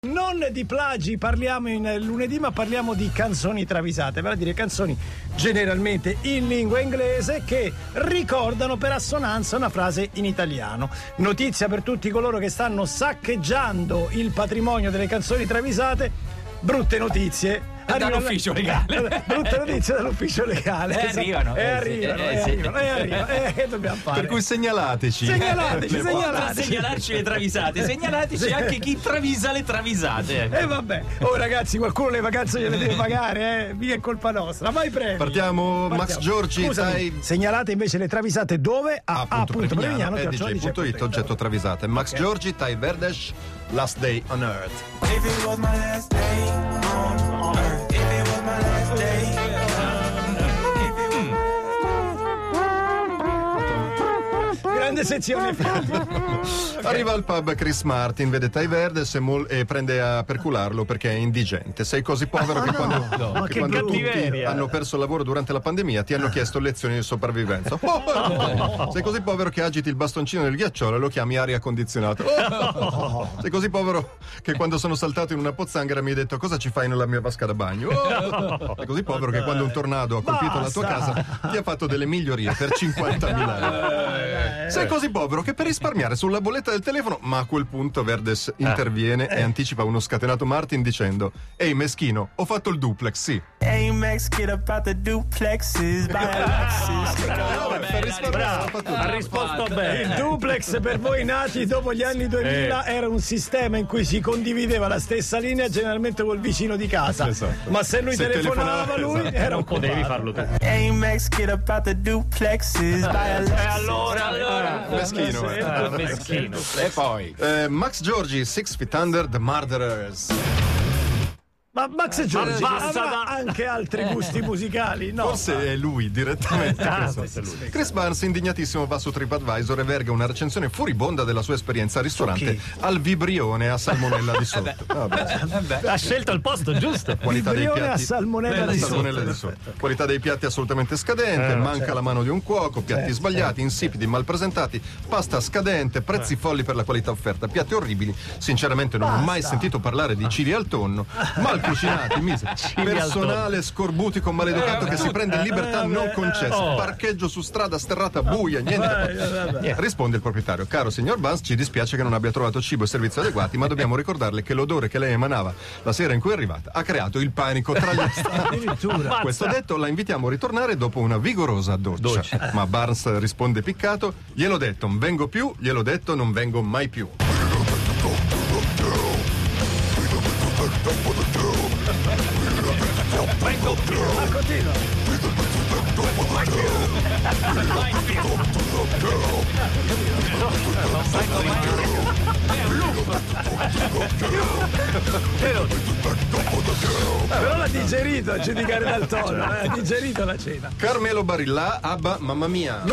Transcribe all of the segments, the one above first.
Non di plagi parliamo in lunedì, ma parliamo di canzoni travisate, vale a dire canzoni generalmente in lingua inglese che ricordano per assonanza una frase in italiano. Notizia per tutti coloro che stanno saccheggiando il patrimonio delle canzoni travisate: brutte notizie. Dall'ufficio legale. Brutte notizie dall'ufficio legale. Arrivano. Che dobbiamo fare? Per cui segnalateci. Segnalarci le travisate. Segnalateci anche chi travisa le travisate. E vabbè. Oh ragazzi, qualcuno le vacanze gliele deve pagare, mica è colpa nostra. Vai premi. Partiamo. Max Giorgi. Scusami, segnalate invece le travisate dove? DJ.it, oggetto travisate. Max Giorgi, Tai Verdes, Last Day on Earth. If it was my last day on earth, if it was my last day on earth, grande sezione. Arriva al pub Chris Martin, vede Tai Verdes e prende a percularlo perché è indigente. Sei così povero che quando tutti hanno perso il lavoro durante la pandemia ti hanno chiesto lezioni di sopravvivenza. Sei così povero che agiti il bastoncino nel ghiacciolo e lo chiami aria condizionata. Sei così povero che quando sono saltato in una pozzanghera mi hai detto: cosa ci fai nella mia vasca da bagno? Sei così povero che quando un tornado ha colpito la tua casa ti ha fatto delle migliorie per 50.000 euro. Sei così povero che per risparmiare sulla bolletta del telefono, ma a quel punto Verdes interviene e anticipa uno scatenato Martin dicendo: ehi meschino, ho fatto il duplex, sì. hey Max, get about the duplexes, buy Ha risposto bene. Il duplex per voi nati dopo gli anni 2000 era un sistema in cui si condivideva la stessa linea generalmente col vicino di casa. Esatto. Ma se lui telefonava lui era un potevi farlo tu. Hey Max, get about the duplexes, buy Allora. Meschino. Meschino. E poi Max Giorgi, 6 Feet Under, The Murderers. Ma Max Giorgi avrà anche altri gusti musicali? No. Forse è lui direttamente. Chris Barnes, indignatissimo, va su TripAdvisor e verga una recensione furibonda della sua esperienza al ristorante al Vibrione a salmonella di sotto. Ha scelto il posto giusto. Qualità dei Vibrione a piatti salmonella di sotto. Qualità dei piatti assolutamente scadente, manca la mano di un cuoco, piatti sbagliati, insipidi, mal presentati, pasta scadente, prezzi folli per la qualità offerta, piatti orribili. Sinceramente non ho mai sentito parlare di cibi al tonno, mal cucinati, personale scorbutico maleducato che si prende libertà non concesse, parcheggio su strada sterrata buia, niente. Risponde il proprietario: caro signor Barnes, ci dispiace che non abbia trovato cibo e servizi adeguati, ma dobbiamo ricordarle che l'odore che lei emanava la sera in cui è arrivata ha creato il panico tra gli stati. Questo detto, la invitiamo a ritornare dopo una vigorosa doccia. Ma Barnes risponde piccato: gliel'ho detto, non vengo più, gliel'ho detto, non vengo mai più. Però l'ha digerito, a giudicare dal tono, ha digerito la cena. Carmelo Barilla, Abba, mamma mia.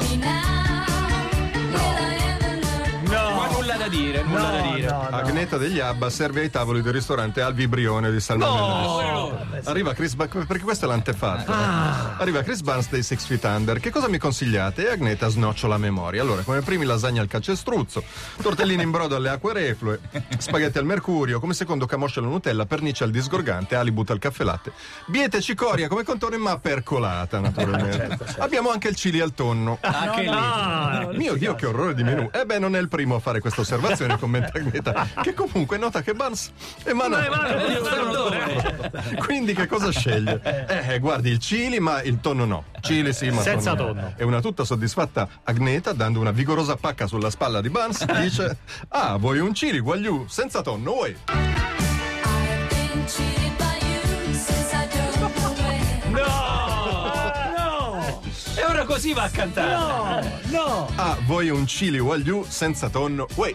nulla da dire. Agneta degli Abba serve ai tavoli del ristorante al Vibrione di salmonella. Arriva Chris perché questo è l'antefatto. Arriva Chris Barnes dei 6 Feet Under. Che cosa mi consigliate? E Agneta snocciola la memoria. Allora, come primi lasagna al calcestruzzo, tortellini in brodo alle acque reflue, spaghetti al mercurio, come secondo camoscia alla Nutella, pernice al disgorgante, halibut al caffè latte, biete cicoria come contorno, ma percolata naturalmente. Certo. Abbiamo anche il chili al tonno. Anche lì. Mio Dio, che orrore di menù. E beh, non è il primo a fare questa osservazione, commenta Agneta, che comunque nota che Barnes emana. Quindi che cosa sceglie? Guardi, il chili, ma il tonno no. Chili sì, ma senza tonno no. tonno. E una tutta soddisfatta Agneta, dando una vigorosa pacca sulla spalla di Barnes, dice: ah, vuoi un chili guagliù senza tonno, vuoi? E ora così va a cantare. No. Ah, vuoi un chili guagliù senza tonno, vuoi?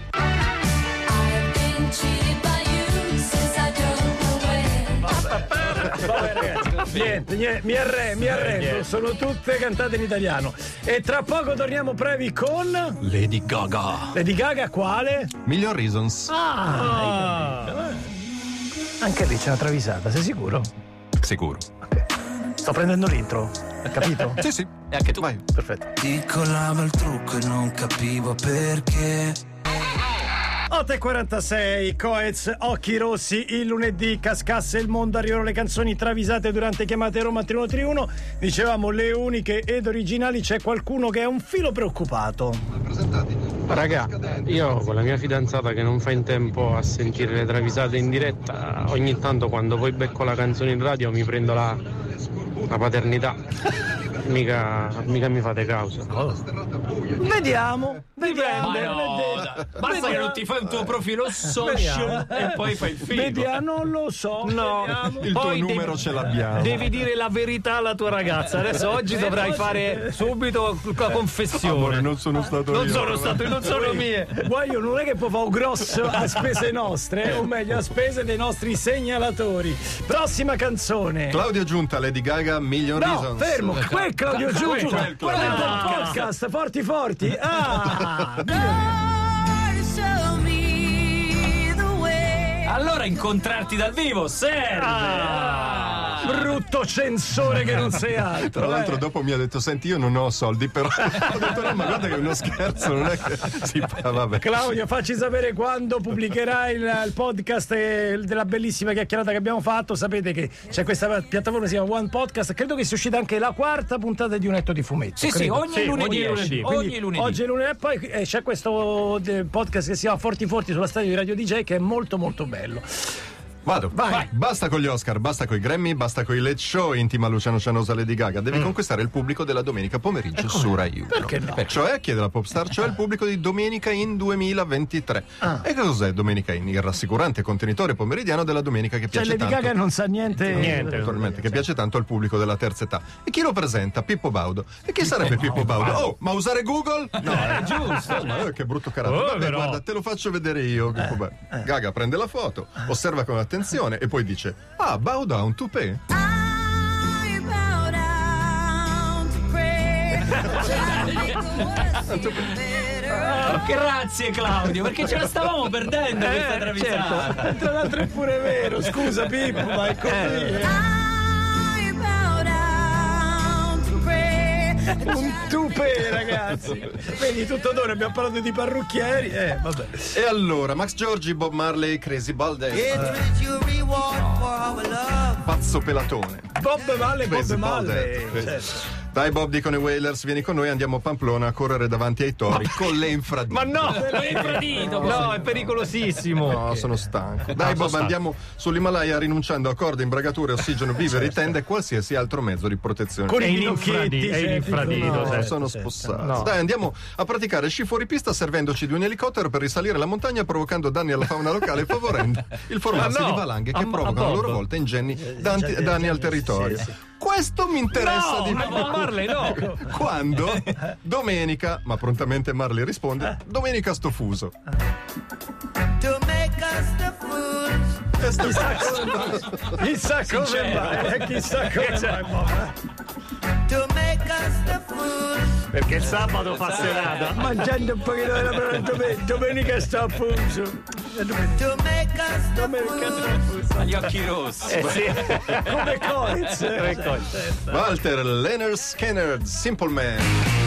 Vabbè, ragazzi, niente, mi arrendo, sono tutte cantate in italiano. E tra poco torniamo brevi con Lady Gaga. Lady Gaga, quale? Million Reasons. Anche lì c'è una travisata, sei sicuro? Sicuro. Sto prendendo l'intro, capito? Sì, sì. E anche tu. Perfetto. Ti colava il trucco e non capivo perché. 8:46, Coez, Occhi Rossi, il lunedì cascasse il mondo, arrivano le canzoni travisate durante chiamate Roma 3131, dicevamo le uniche ed originali, c'è qualcuno che è un filo preoccupato. Raga, io con la mia fidanzata che non fa in tempo a sentire le travisate in diretta, ogni tanto quando poi becco la canzone in radio mi prendo la paternità. Mica mi fate causa. Vediamo. Basta che non ti fai un tuo profilo social e poi fai il film. Vediamo, non lo so. No, Il tuo numero ce l'abbiamo. Devi dire la verità alla tua ragazza. Adesso oggi dovrai fare subito la confessione. Amore, non sono stato io. Non sono mie. Guaglio non è che può fare un grosso a spese nostre, o meglio a spese dei nostri segnalatori. Prossima canzone. Claudio Giunta, Lady Gaga, Million No, Reasons. fermo, quel Claudio Giunta. quel Quello del Claudio. podcast, forti. Allora incontrarti dal vivo serve. Brutto censore che non sei altro. Tra l'altro dopo mi ha detto, senti, io non ho soldi, però ho detto no, ma guarda che è uno scherzo, non è che si vabbè. Claudio, facci sapere quando pubblicherai il podcast della bellissima chiacchierata che abbiamo fatto. Sapete che c'è questa piattaforma, si chiama One Podcast. Credo che sia uscita anche la 4ª puntata di Un Etto di Fumetto. Sì, ogni lunedì. Quindi Ogni lunedì. Oggi è lunedì e poi c'è questo podcast che si chiama Forti sulla stadio di Radio DJ, che è molto molto bello. Vado. Vai. Basta con gli Oscar, basta con i Grammy, basta con i Late Show, intima Luciano Cianosa Lady Gaga. Devi conquistare il pubblico della domenica pomeriggio su Rai 1. Perché no? Cioè, chiede la Popstar, cioè il pubblico di Domenica in 2023. E che cos'è Domenica in? Il rassicurante contenitore pomeridiano della domenica che Cioè piace Lady tanto. Gaga non sa niente. Naturalmente, che piace tanto al pubblico della terza età. E chi lo presenta? Pippo Baudo. E chi sarebbe Pippo Baudo? Oh, ma usare Google? No, è giusto. Ma che brutto carattere. Vabbè, però. guarda, te lo faccio vedere io. Pippo Baudo. Gaga prende la foto, osserva con attenzione e poi dice: ah, Baudo ha un toupet. Grazie Claudio, perché ce la stavamo perdendo questa travisata. Certo. Tra l'altro è pure vero, scusa Pippo, ma è così. Un toupet, ragazzi. Vedi, tutto d'ora abbiamo parlato di parrucchieri. Vabbè. E allora, Max Giorgi, Bob Marley, Crazy Balde. Pazzo pelatone. Bob Marley. Crazy Balde. Certo. Dai Bob, dicono i Wailers, vieni con noi, andiamo a Pamplona a correre davanti ai tori con le infradito. Ma no! No, è pericolosissimo. No, sono stanco. Dai Bob, andiamo sull'Himalaya rinunciando a corde, imbragature, ossigeno, viveri, tende e qualsiasi altro mezzo di protezione. Con È i in ginocchietti. infradito, No, certo. sono spossato. No. Dai, andiamo a praticare sci fuori pista servendoci di un elicottero per risalire la montagna, provocando danni alla fauna locale e favorendo il formarsi Ma no, di valanghe che a provocano a Bob. loro volta ingenti danni al territorio. Sì. Questo mi interessa di Ma più. Bob Marley no! Quando? Domenica, ma prontamente Marley risponde: domenica sto fuso. Chissà come mai, chissà come mai, Bob. Perché il sabato fa serata. Mangiando un pochino della parola domenica sta a fuso. agli occhi rossi. Sì. Come Coez. Walter Leonard Skinner, Simple Man.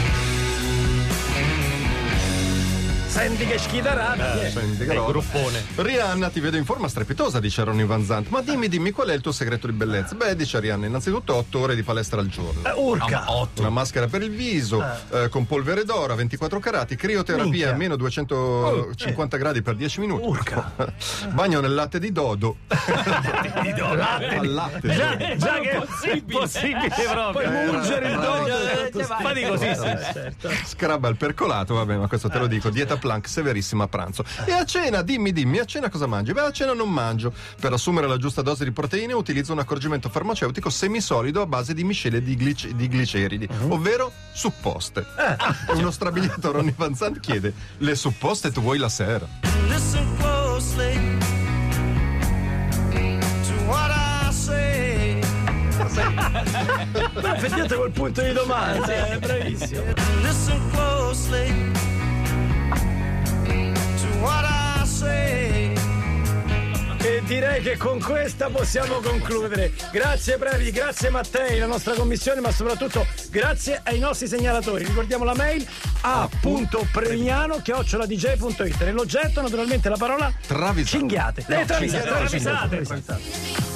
Senti che schitarrata. Senti che È il roba. gruppone. Rihanna, ti vedo in forma strepitosa, dice Ronnie Van Zant. Ma dimmi qual è il tuo segreto di bellezza? Beh, dice Rihanna, innanzitutto 8 ore di palestra al giorno. Urca. Una maschera per il viso, con polvere d'oro a 24 carati, crioterapia Minchia. a meno 250 gradi per 10 minuti. Urca. Bagno nel latte di dodo. Al latte. Già che è impossibile proprio. Poi mungere il dodo. Ma di così sì. Scrub al percolato, vabbè, ma questo te lo dico. Dieta Plank severissima a pranzo. E a cena, dimmi, a cena cosa mangi? Beh, a cena non mangio. Per assumere la giusta dose di proteine utilizzo un accorgimento farmaceutico semisolido a base di miscele di gliceridi, ovvero supposte. E uno strabiliato Ronnie Van Zant chiede: le supposte tu vuoi la sera? Listen closely to what I say. Però effettivamente quel punto di domanda, bravissimo. Listen closely to what I say. E direi che con questa possiamo concludere. Grazie Previ, grazie Mattei, la nostra commissione, ma soprattutto grazie ai nostri segnalatori. Ricordiamo la mail a.premiano@dj.it. Nell'oggetto naturalmente la parola travisate. cinghiate. No, Travisate. cinghiate.